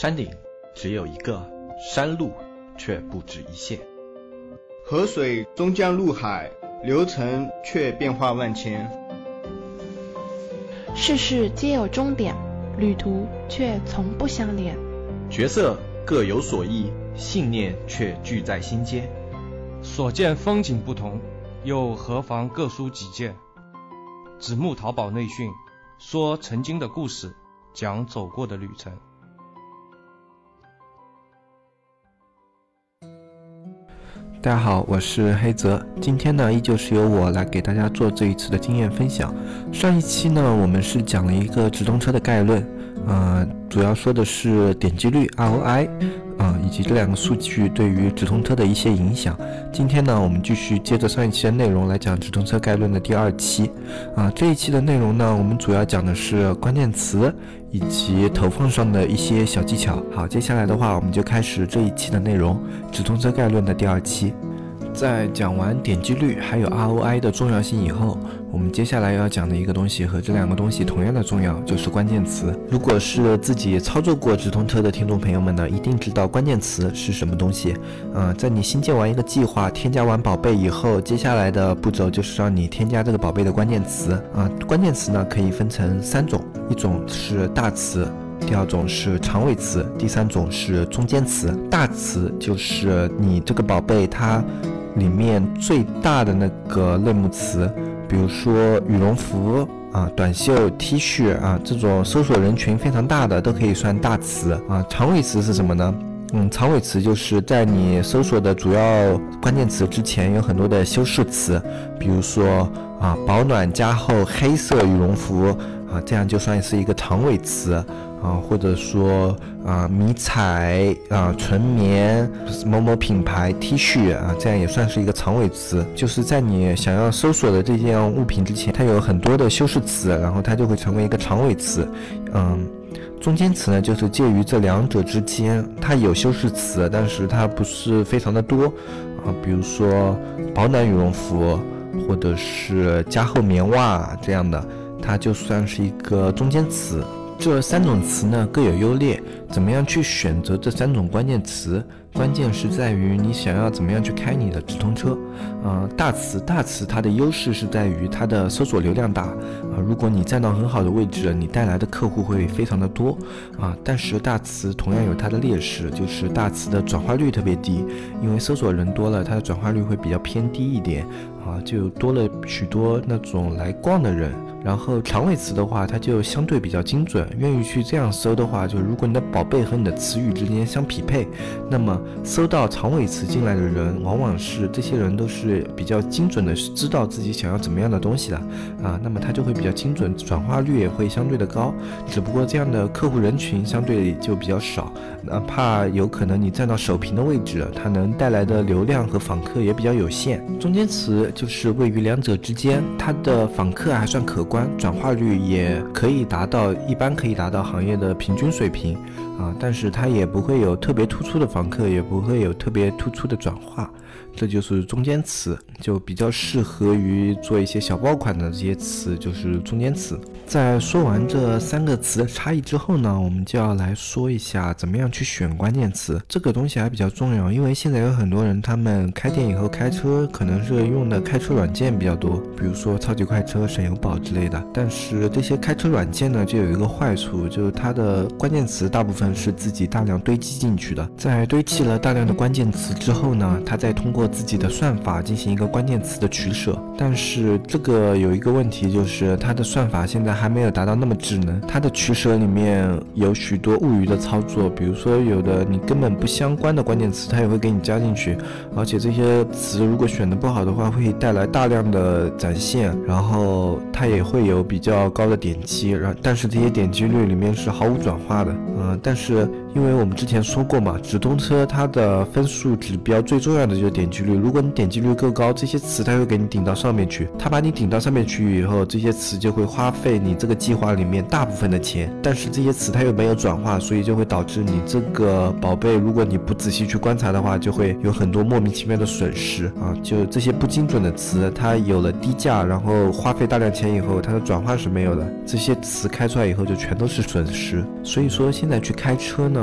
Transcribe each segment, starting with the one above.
山顶只有一个，山路却不止一线。 河水终将入海，流程却变化万千。 事事皆有终点，旅途却从不相连。 角色各有所异，信念却聚在心间。 所见风景不同，又何妨各抒己见？子木淘宝内训，说曾经的故事，讲走过的旅程。 大家好，我是黑泽。今天呢，依旧是由我来给大家做这一次的经验分享。上一期呢，我们是讲了一个直通车的概论，主要说的是点击率 ROI，以及这两个数据对于直通车的一些影响。今天呢，我们继续接着上一期的内容来讲直通车概论的第二期。这一期的内容呢，我们主要讲的是关键词以及投放上的一些小技巧。好，接下来的话，我们就开始这一期的内容，直通车概论的第二期。在讲完点击率还有 ROI 的重要性以后，我们接下来要讲的一个东西和这两个东西同样的重要，就是关键词。如果是自己操作过直通车的听众朋友们呢，一定知道关键词是什么东西。在你新建完一个计划，添加完宝贝以后，接下来的步骤就是让你添加这个宝贝的关键词。关键词呢可以分成三种，一种是大词，第二种是长尾词，第三种是中间词。大词就是你这个宝贝它里面最大的那个类目词，比如说羽绒服短袖 T 恤这种搜索人群非常大的都可以算大词。长尾词是什么呢？长尾词就是在你搜索的主要关键词之前有很多的修饰词，比如说保暖加厚黑色羽绒服这样就算是一个长尾词。或者说迷彩纯棉某某品牌 T 恤这样也算是一个长尾词，就是在你想要搜索的这件物品之前，它有很多的修饰词，然后它就会成为一个长尾词。中间词呢，就是介于这两者之间，它有修饰词，但是它不是非常的多比如说保暖羽绒服或者是加厚棉袜这样的，它就算是一个中间词。这三种词呢各有优劣，怎么样去选择这三种关键词，关键是在于你想要怎么样去开你的直通车。大词它的优势是在于它的搜索流量大如果你站到很好的位置，你带来的客户会非常的多但是大词同样有它的劣势，就是大词的转化率特别低，因为搜索人多了，它的转化率会比较偏低一点就多了许多那种来逛的人。然后长尾词的话，它就相对比较精准，愿意去这样搜的话，就如果你的宝贝和你的词语之间相匹配，那么搜到长尾词进来的人，往往是这些人都是比较精准的知道自己想要怎么样的东西的那么它就会比较精准，转化率也会相对的高。只不过这样的客户人群相对就比较少，哪怕有可能你站到首屏的位置，它能带来的流量和访客也比较有限。中间词就是位于两者之间，它的访客还算可观，转化率也可以达到，一般可以达到行业的平均水平但是它也不会有特别突出的访客，也不会有特别突出的转化，这就是中间词，就比较适合于做一些小爆款的这些词，就是中间词。在说完这三个词的差异之后呢，我们就要来说一下怎么样去选关键词。这个东西还比较重要，因为现在有很多人他们开店以后开车可能是用的开车软件比较多，比如说超级快车、省油宝之类的，但是这些开车软件呢就有一个坏处，就是它的关键词大部分是自己大量堆积进去的。在堆砌了大量的关键词之后呢，它再通过自己的算法进行一个关键词的取舍。但是这个有一个问题，就是它的算法现在还没有达到那么智能，它的取舍里面有许多物语的操作，比如说有的你根本不相关的关键词它也会给你加进去，而且这些词如果选的不好的话会带来大量的展现，然后它也会有比较高的点击，但是这些点击率里面是毫无转化的但是因为我们之前说过嘛，直通车它的分数指标最重要的就是点击率，如果你点击率够高，这些词它会给你顶到上面去，它把你顶到上面去以后，这些词就会花费你这个计划里面大部分的钱，但是这些词它又没有转化，所以就会导致你这个宝贝，如果你不仔细去观察的话，就会有很多莫名其妙的损失就这些不精准的词，它有了低价，然后花费大量钱以后，它的转化是没有的，这些词开出来以后就全都是损失。所以说现在去开车呢，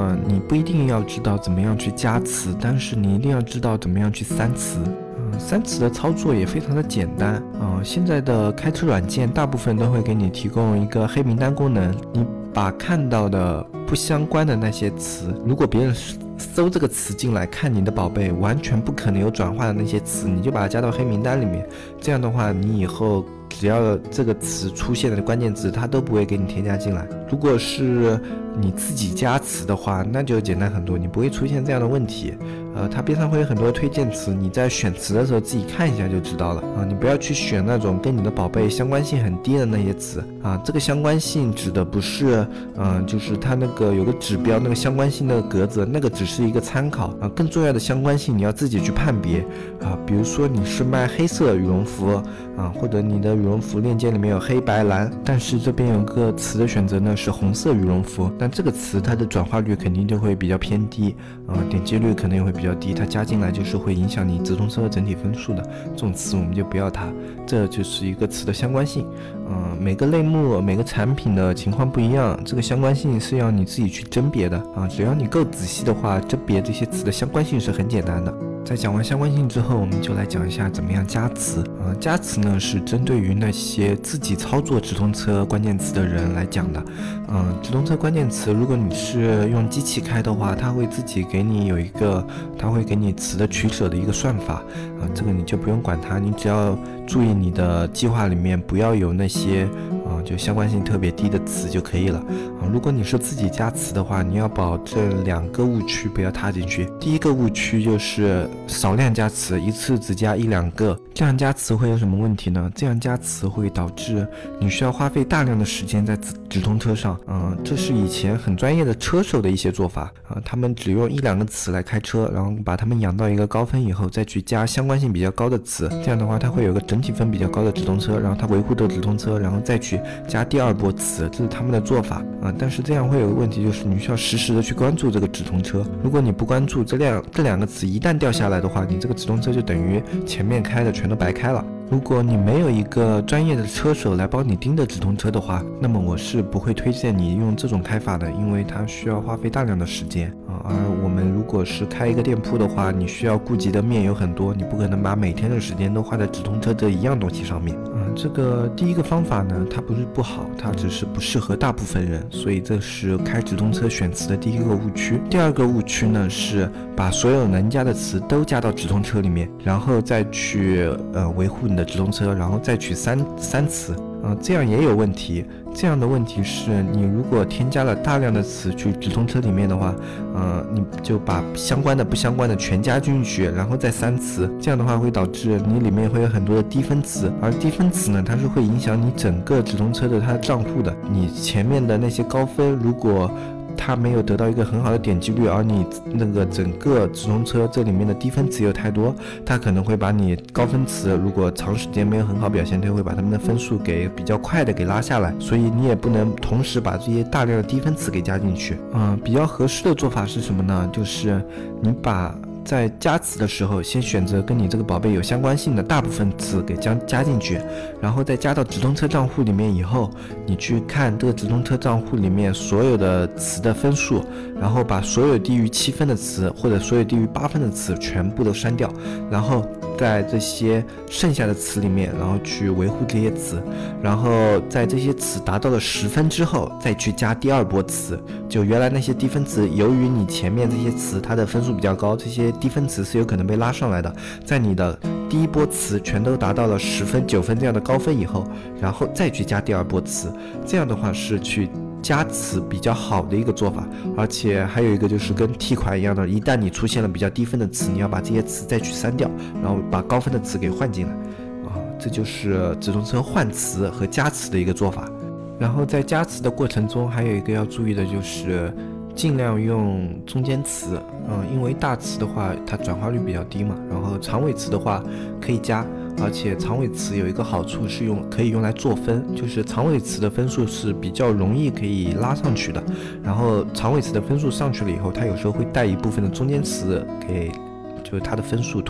呢，你不一定要知道怎么样去加词，但是你一定要知道怎么样去删词。删词的操作也非常的简单。现在的开车软件大部分都会给你提供一个黑名单功能，你把看到的不相关的那些词，如果别人搜这个词进来看你的宝贝完全不可能有转化的那些词，你就把它加到黑名单里面。这样的话，你以后只要这个词出现的关键词，它都不会给你添加进来。如果是你自己加词的话，那就简单很多，你不会出现这样的问题。它边上会有很多推荐词，你在选词的时候自己看一下就知道了你不要去选那种跟你的宝贝相关性很低的那些词这个相关性指的不是就是它那个有个指标，那个相关性的格子，那个只是一个参考更重要的相关性你要自己去判别比如说你是卖黑色羽绒服或者你的羽绒服链接里面有黑白蓝，但是这边有个词的选择呢是红色羽绒服，那这个词它的转化率肯定就会比较偏低点击率可能也会比较低，它加进来就是会影响你直通车整体分数的，这种词我们就不要它。这就是一个词的相关性每个类目每个产品的情况不一样，这个相关性是要你自己去甄别的只要你够仔细的话，甄别这些词的相关性是很简单的。在讲完相关性之后，我们就来讲一下怎么样加词加词呢是针对于那些自己操作直通车关键词的人来讲的直通车关键词如果你是用机器开的话，它会自己给你有一个，它会给你词的取舍的一个算法这个你就不用管它，你只要注意你的计划里面不要有那些就相关性特别低的词就可以了如果你是自己加词的话，你要保证2个误区不要踏进去。第一个误区就是少量加词，一次只加1-2个，这样加词会有什么问题呢？这样加词会导致你需要花费大量的时间在直通车上这是以前很专业的车手的一些做法他们只用1-2个词来开车，然后把它们养到一个高分以后再去加相关性比较高的词，这样的话它会有个整体分比较高的直通车，然后它维护的直通车，然后再去加第2波词，这是他们的做法但是这样会有个问题，就是你需要实时的去关注这个直通车，如果你不关注这2个词一旦掉下来的话，你这个直通车就等于前面开的全都白开了。如果你没有一个专业的车手来帮你盯着直通车的话，那么我是不会推荐你用这种开法的，因为它需要花费大量的时间而我们如果是开一个店铺的话，你需要顾及的面有很多，你不可能把每天的时间都花在直通车这一样东西上面这个第一个方法呢，它不是不好，它只是不适合大部分人，所以这是开直通车选词的第一个误区。第2个误区呢是把所有能加的词都加到直通车里面，然后再去维护你的直通车，然后再去删词这样也有问题。这样的问题是你如果添加了大量的词去直通车里面的话你就把相关的不相关的全加进去，然后再删词，这样的话会导致你里面会有很多的低分词，而低分词呢它是会影响你整个直通车的它的账户的，你前面的那些高分如果它没有得到一个很好的点击率，而你那个整个直通车这里面的低分词有太多，它可能会把你高分词如果长时间没有很好表现，它会把他们的分数给比较快的给拉下来，所以你也不能同时把这些大量的低分词给加进去比较合适的做法是什么呢？就是你把在加词的时候先选择跟你这个宝贝有相关性的大部分词给加进去，然后再加到直通车账户里面以后，你去看这个直通车账户里面所有的词的分数，然后把所有低于7分的词或者所有低于8分的词全部都删掉，然后在这些剩下的词里面然后去维护这些词，然后在这些词达到了10分之后再去加第2波词，就原来那些低分词由于你前面这些词它的分数比较高，这些低分词是有可能被拉上来的，在你的第1波词全都达到了10分9分这样的高分以后，然后再去加第2波词，这样的话是去加词比较好的一个做法。而且还有一个就是跟替款一样的，一旦你出现了比较低分的词，你要把这些词再去删掉，然后把高分的词给换进来这就是直通车换词和加词的一个做法。然后在加词的过程中还有一个要注意的就是尽量用中间词因为大词的话它转化率比较低嘛，然后长尾词的话可以加，而且长尾词有一个好处是可以用来做分，就是长尾词的分数是比较容易可以拉上去的，然后长尾词的分数上去了以后，它有时候会带一部分的中间词给就是它的分数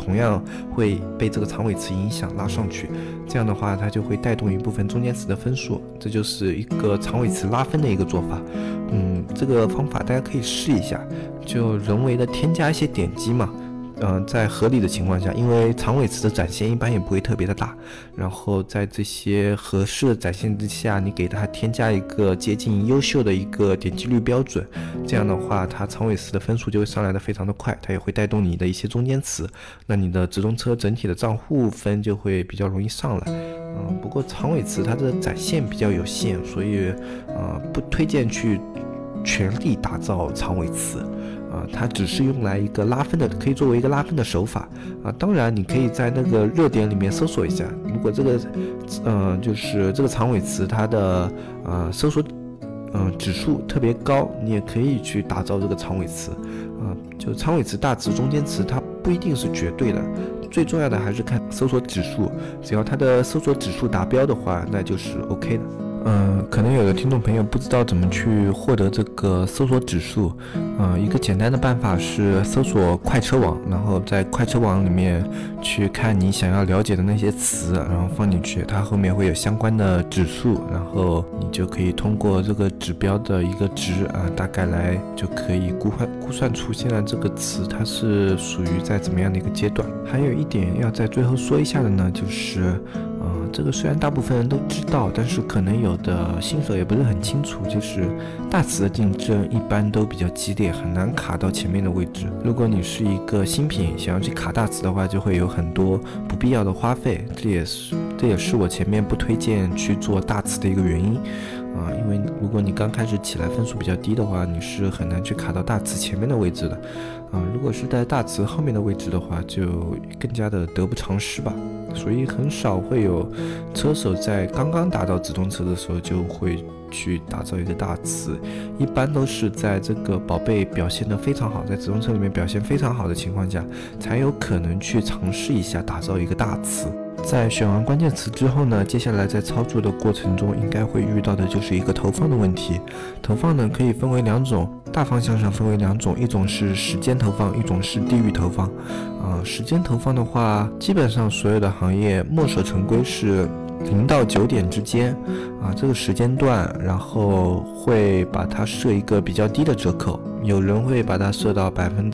同样会被这个长尾词影响拉上去，这样的话它就会带动一部分中间词的分数，这就是一个长尾词拉分的一个做法。这个方法大家可以试一下，就人为的添加一些点击嘛。在合理的情况下，因为长尾词的展现一般也不会特别的大，然后在这些合适的展现之下，你给它添加一个接近优秀的一个点击率标准，这样的话它长尾词的分数就会上来的非常的快，它也会带动你的一些中间词，那你的直通车整体的账户分就会比较容易上来。不过长尾词它的展现比较有限，所以不推荐去全力打造长尾词。它只是用来一个拉分的，可以作为一个拉分的手法当然你可以在那个热点里面搜索一下，如果这个就是这个长尾词它的搜索指数特别高，你也可以去打造这个长尾词就长尾词、大词、中间词它不一定是绝对的，最重要的还是看搜索指数，只要它的搜索指数达标的话，那就是 OK 的。可能有的听众朋友不知道怎么去获得这个搜索指数，一个简单的办法是搜索快车网，然后在快车网里面去看你想要了解的那些词，然后放进去，它后面会有相关的指数，然后你就可以通过这个指标的一个值大概来就可以估算出现在这个词它是属于在怎么样的一个阶段。还有一点要在最后说一下的呢，就是这个虽然大部分人都知道，但是可能有的新手也不是很清楚，就是大词的竞争一般都比较激烈，很难卡到前面的位置。如果你是一个新品，想要去卡大词的话，就会有很多不必要的花费，这也是我前面不推荐去做大词的一个原因因为如果你刚开始起来分数比较低的话，你是很难去卡到大词前面的位置的如果是在大词后面的位置的话，就更加的得不偿失吧。所以很少会有车手在刚刚打到直通车的时候就会去打造一个大词，一般都是在这个宝贝表现得非常好，在直通车里面表现非常好的情况下，才有可能去尝试一下打造一个大词。在选完关键词之后呢，接下来在操作的过程中应该会遇到的就是一个投放的问题。投放呢可以分为两种，大方向上分为两种，一种是时间投放，一种是地域投放。时间投放的话，基本上所有的行业墨守成规是0到9点之间这个时间段，然后会把它设一个比较低的折扣，有人会把它设到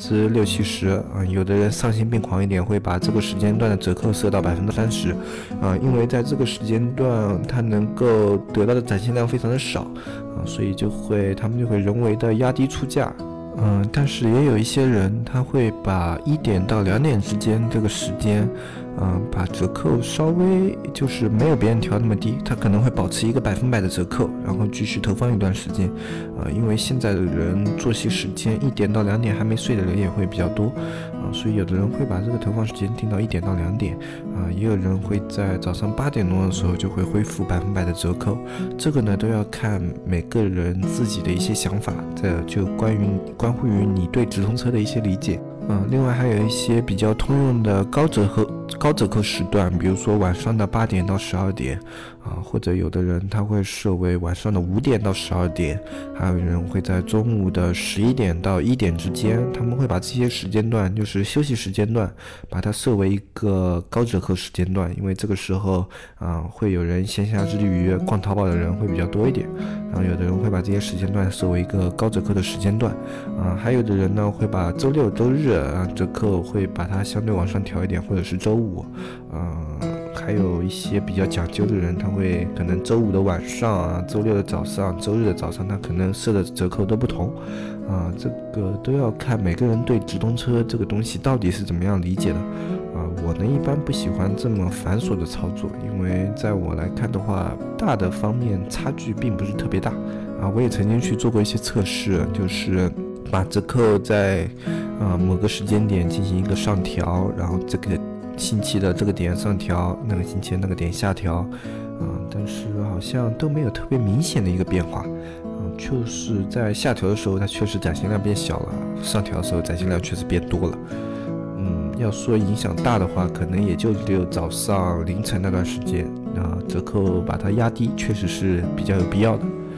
60-70%有的人丧心病狂一点，会把这个时间段的折扣设到30%因为在这个时间段它能够得到的展现量非常的少所以他们就会人为的压低出价。但是也有一些人他会把1点到2点之间这个时间把折扣稍微就是没有别人调那么低，他可能会保持一个100%的折扣，然后继续投放一段时间因为现在的人作息时间1点到2点还没睡的人也会比较多所以有的人会把这个投放时间定到1点到2点也有人会在早上8点多的时候就会恢复100%的折扣，这个呢都要看每个人自己的一些想法，这就关乎于你对直通车的一些理解另外还有一些比较通用的高折扣时段，比如说晚上的8点到12点或者有的人他会设为晚上的5点到12点，还有人会在中午的11点到1点之间，他们会把这些时间段就是休息时间段把它设为一个高折扣时间段，因为这个时候会有人闲暇之余逛淘宝的人会比较多一点，然后有的人会把这些时间段设为一个高折扣的时间段还有的人呢会把周六周日折扣会把它相对往上调一点，或者是周五还有一些比较讲究的人，他会可能周五的晚上周六的早上、周日的早上，他可能设的折扣都不同这个都要看每个人对直通车这个东西到底是怎么样理解的我呢一般不喜欢这么繁琐的操作，因为在我来看的话，大的方面差距并不是特别大我也曾经去做过一些测试，就是把折扣在某个时间点进行一个上调，然后这个星期的这个点上调，那个星期的那个点下调但是好像都没有特别明显的一个变化就是在下调的时候它确实展现量变小了，上调的时候展现量确实变多了要说影响大的话，可能也就只有早上凌晨那段时间折扣把它压低确实是比较有必要的。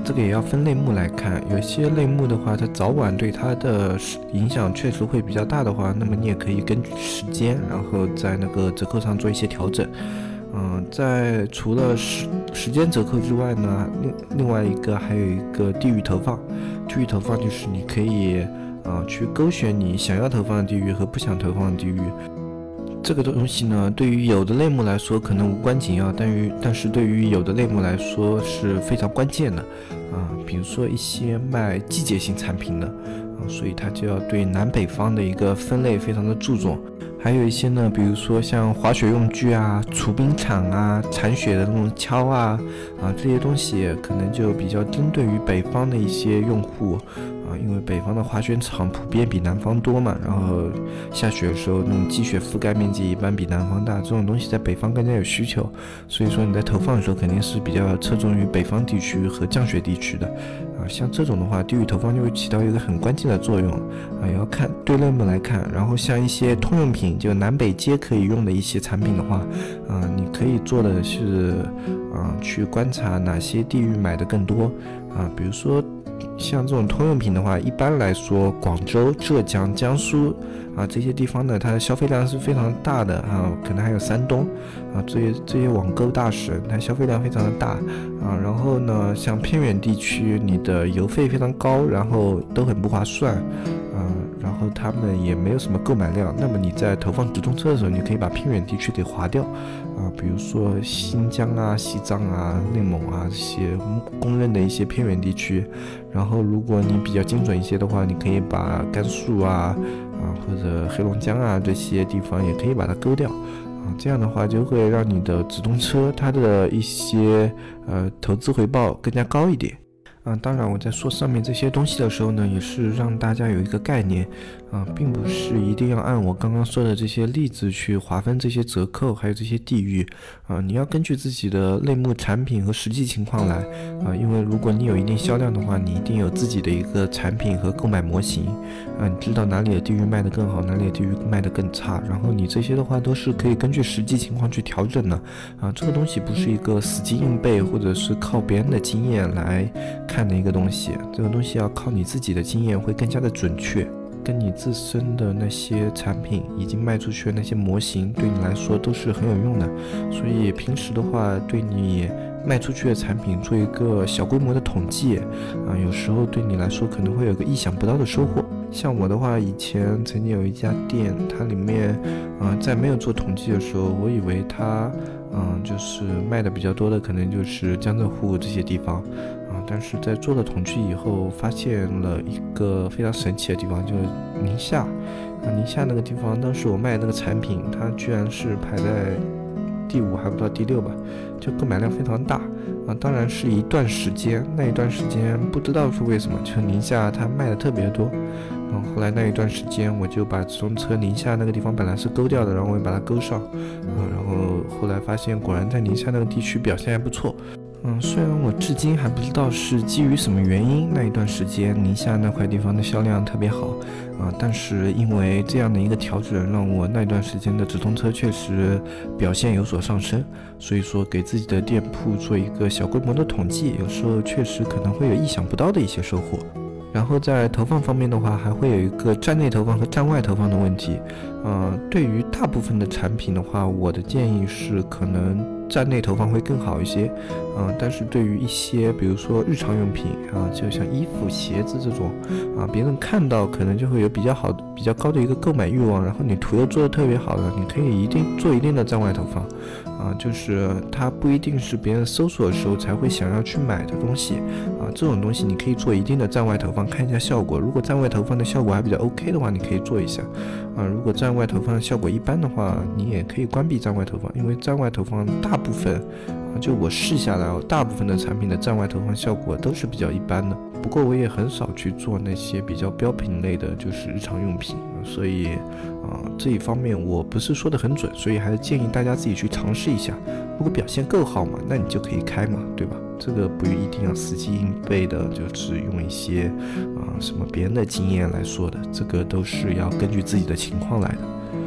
这个也要分类目来看，有些类目的话，它早晚对它的影响确实会比较大的话，那么你也可以根据时间，然后在那个折扣上做一些调整。在除了时间折扣之外呢，另外一个还有一个地域投放。地域投放就是你可以去勾选你想要投放的地域和不想投放的地域。这个东西呢，对于有的类目来说可能无关紧要，但是对于有的类目来说是非常关键的比如说一些卖季节性产品的所以它就要对南北方的一个分类非常的注重。还有一些呢，比如说像滑雪用具除冰场铲雪的那种锹这些东西可能就比较针对于北方的一些用户因为北方的滑雪场普遍比南方多嘛，然后下雪的时候那种积雪覆盖面积一般比南方大，这种东西在北方更加有需求，所以说你在投放的时候肯定是比较侧重于北方地区和降雪地区的像这种的话，地域投放就会起到一个很关键的作用也要看对类目来看。然后像一些通用品，就南北皆可以用的一些产品的话你可以做的是去观察哪些地域买的更多比如说像这种通用品的话，一般来说广州、浙江、江苏这些地方呢，它的消费量是非常大的可能还有山东这些网购大省，它消费量非常的大然后呢，像偏远地区，你的邮费非常高，然后都很不划算然后他们也没有什么购买量，那么你在投放直通车的时候，你可以把偏远地区给划掉比如说新疆西藏内蒙这些公认的一些偏远地区。然后如果你比较精准一些的话，你可以把甘肃或者黑龙江这些地方也可以把它勾掉这样的话就会让你的直通车它的一些投资回报更加高一点当然我在说上面这些东西的时候呢，也是让大家有一个概念并不是一定要按我刚刚说的这些例子去划分这些折扣还有这些地域你要根据自己的类目产品和实际情况来因为如果你有一定销量的话，你一定有自己的一个产品和购买模型你知道哪里的地域卖得更好，哪里的地域卖得更差，然后你这些的话都是可以根据实际情况去调整的这个东西不是一个死记硬背或者是靠别人的经验来看的一个东西，这个东西要靠你自己的经验会更加的准确，跟你自身的那些产品已经卖出去的那些模型对你来说都是很有用的。所以平时的话，对你卖出去的产品做一个小规模的统计有时候对你来说可能会有个意想不到的收获。像我的话，以前曾经有一家店，它里面在没有做统计的时候，我以为它就是卖的比较多的可能就是江浙沪这些地方但是在做了统计以后，发现了一个非常神奇的地方，就是宁夏宁夏那个地方，当时我卖的那个产品，它居然是排在第5还不到第6吧，就购买量非常大当然是一段时间，那一段时间不知道是为什么，就宁夏它卖的特别多，然后后来那一段时间我就把直通车宁夏那个地方本来是勾掉的，然后我也把它勾上然后后来发现果然在宁夏那个地区表现还不错虽然我至今还不知道是基于什么原因，那一段时间宁夏那块地方的销量特别好但是因为这样的一个调整，让我那段时间的直通车确实表现有所上升，所以说给自己的店铺做一个小规模的统计，有时候确实可能会有意想不到的一些收获。然后在投放方面的话，还会有一个站内投放和站外投放的问题对于大部分的产品的话，我的建议是可能站内投放会更好一些但是对于一些比如说日常用品就像衣服鞋子这种别人看到可能就会有比较高的一个购买欲望，然后你图又做得特别好的，你可以做一定的站外投放就是它不一定是别人搜索的时候才会想要去买的东西这种东西你可以做一定的站外投放，看一下效果，如果站外投放的效果还比较 OK 的话，你可以做一下如果站外投放的效果一般的话，你也可以关闭站外投放，因为站外投放大部分就我试下来大部分的产品的站外投放效果都是比较一般的。不过我也很少去做那些比较标品类的，就是日常用品，所以这一方面我不是说的很准，所以还是建议大家自己去尝试一下。如果表现够好嘛，那你就可以开嘛，对吧？这个不一定要死记硬背的，就是用一些什么别人的经验来说的，这个都是要根据自己的情况来的。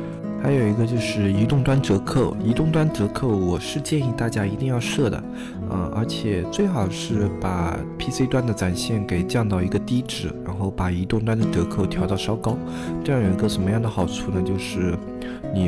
还有一个就是移动端折扣，移动端折扣我是建议大家一定要设的，而且最好是把 PC 端的展现给降到一个低值，然后把移动端的折扣调到稍高。这样有一个什么样的好处呢？就是你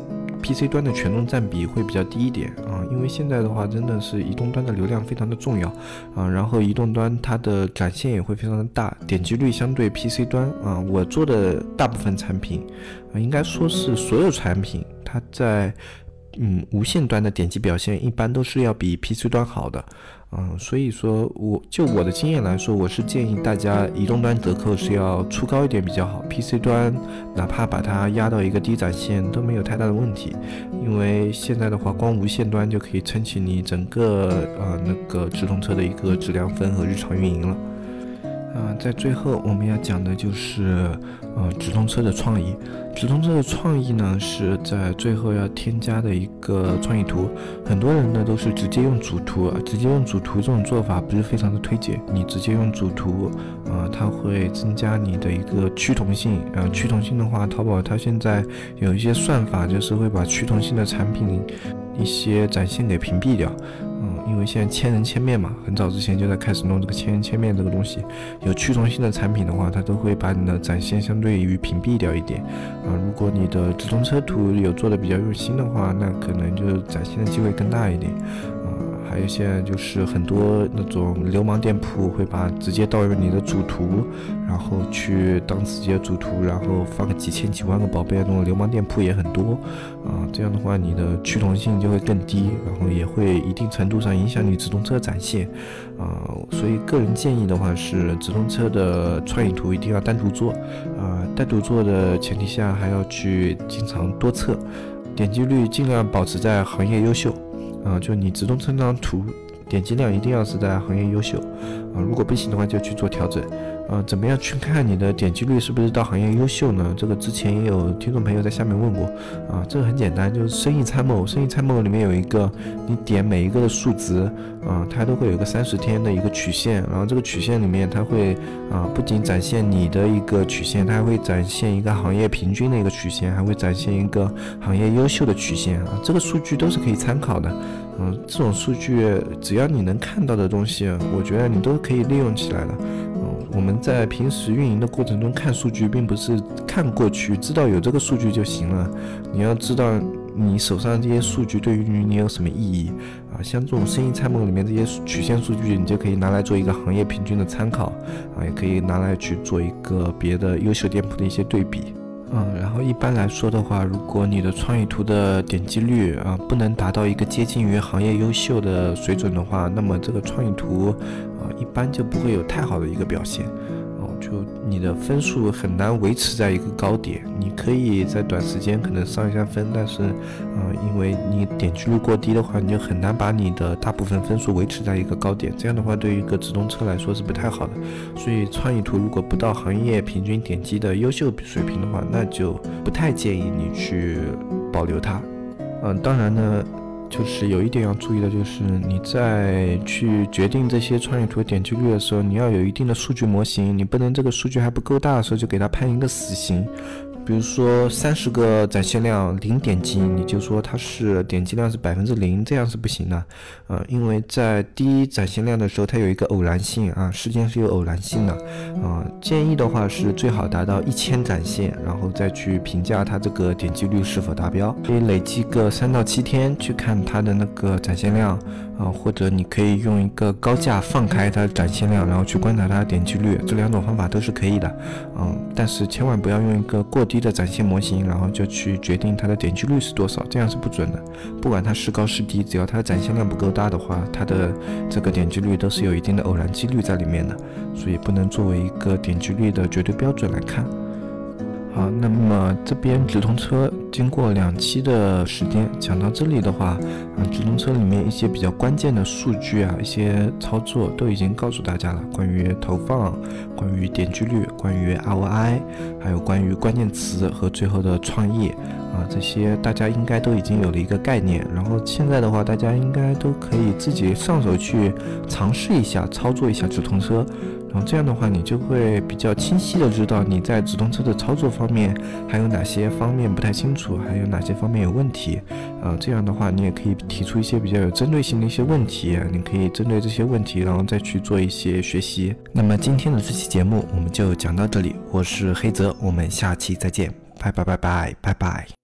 PC 端的权重占比会比较低一点因为现在的话真的是移动端的流量非常的重要然后移动端它的展现也会非常的大，点击率相对 PC 端我做的大部分产品应该说是所有产品它在无线端的点击表现一般都是要比 PC 端好的所以说我的经验来说，我是建议大家移动端折扣是要出高一点比较好， PC 端哪怕把它压到一个低展现都没有太大的问题，因为现在的话光无线端就可以撑起你整个那个直通车的一个质量分和日常运营了。在最后我们要讲的就是直通车的创意。直通车的创意呢是在最后要添加的一个创意图，很多人呢都是直接用主图直接用主图这种做法不是非常的推荐。你直接用主图它会增加你的一个趋同性趋同性的话，淘宝它现在有一些算法就是会把趋同性的产品一些展现给屏蔽掉因为现在千人千面嘛，很早之前就在开始弄这个千人千面这个东西，有趋同性的产品的话，它都会把你的展现相对于屏蔽掉一点如果你的直通车图有做的比较用心的话，那可能就展现的机会更大一点还有现在就是很多那种流氓店铺会把直接盗用你的主图，然后去当自己的主图，然后放个几千几万个宝贝，那种流氓店铺也很多这样的话你的趋同性就会更低，然后也会一定程度上影响你直通车展现所以个人建议的话是直通车的创意图一定要单独做单独做的前提下还要去经常多测，点击率尽量保持在行业优秀就你直通车那张图点击量一定要是在行业优秀如果不行的话就去做调整怎么样去看你的点击率是不是到行业优秀呢？这个之前也有听众朋友在下面问过这个很简单，就是生意参谋里面有一个你点每一个的数值它都会有一个30天的一个曲线，然后这个曲线里面它会不仅展现你的一个曲线，它还会展现一个行业平均的一个曲线，还会展现一个行业优秀的曲线这个数据都是可以参考的这种数据只要你能看到的东西我觉得你都可以利用起来的我们在平时运营的过程中看数据并不是看过去知道有这个数据就行了，你要知道你手上这些数据对于你有什么意义像这种生意参谋里面这些曲线数据你就可以拿来做一个行业平均的参考也可以拿来去做一个别的优秀店铺的一些对比然后一般来说的话，如果你的创意图的点击率不能达到一个接近于行业优秀的水准的话，那么这个创意图一般就不会有太好的一个表现就你的分数很难维持在一个高点，你可以在短时间可能上一下分，但是因为你点击率过低的话，你就很难把你的大部分分数维持在一个高点，这样的话对于一个直通车来说是不太好的。所以创意图如果不到行业平均点击的优秀水平的话，那就不太建议你去保留它当然呢就是有一点要注意的，就是你在去决定这些创意图点击率的时候，你要有一定的数据模型，你不能这个数据还不够大的时候就给它判一个死刑。比如说30个展现量0点击，你就说它是点击量是0%，这样是不行的因为在低展现量的时候它有一个偶然性事件是有偶然性的建议的话是最好达到1000展现，然后再去评价它这个点击率是否达标，可以累积个3到7天去看它的那个展现量或者你可以用一个高价放开它的展现量，然后去观察它的点击率，这2种方法都是可以的但是千万不要用一个过低的展现模型，然后就去决定它的点击率是多少，这样是不准的。不管它是高是低，只要它的展现量不够大的话，它的这个点击率都是有一定的偶然几率在里面的，所以不能作为一个点击率的绝对标准来看。好，那么这边直通车经过2期的时间讲到这里的话直通车里面一些比较关键的数据一些操作都已经告诉大家了，关于投放，关于点击率，关于 ROI， 还有关于关键词和最后的创意这些大家应该都已经有了一个概念，然后现在的话大家应该都可以自己上手去尝试一下操作一下直通车然后这样的话你就会比较清晰的知道你在直通车的操作方面还有哪些方面不太清楚，还有哪些方面有问题。这样的话你也可以提出一些比较有针对性的一些问题，你可以针对这些问题然后再去做一些学习。那么今天的这期节目我们就讲到这里，我是黑泽，我们下期再见，拜拜拜拜拜拜。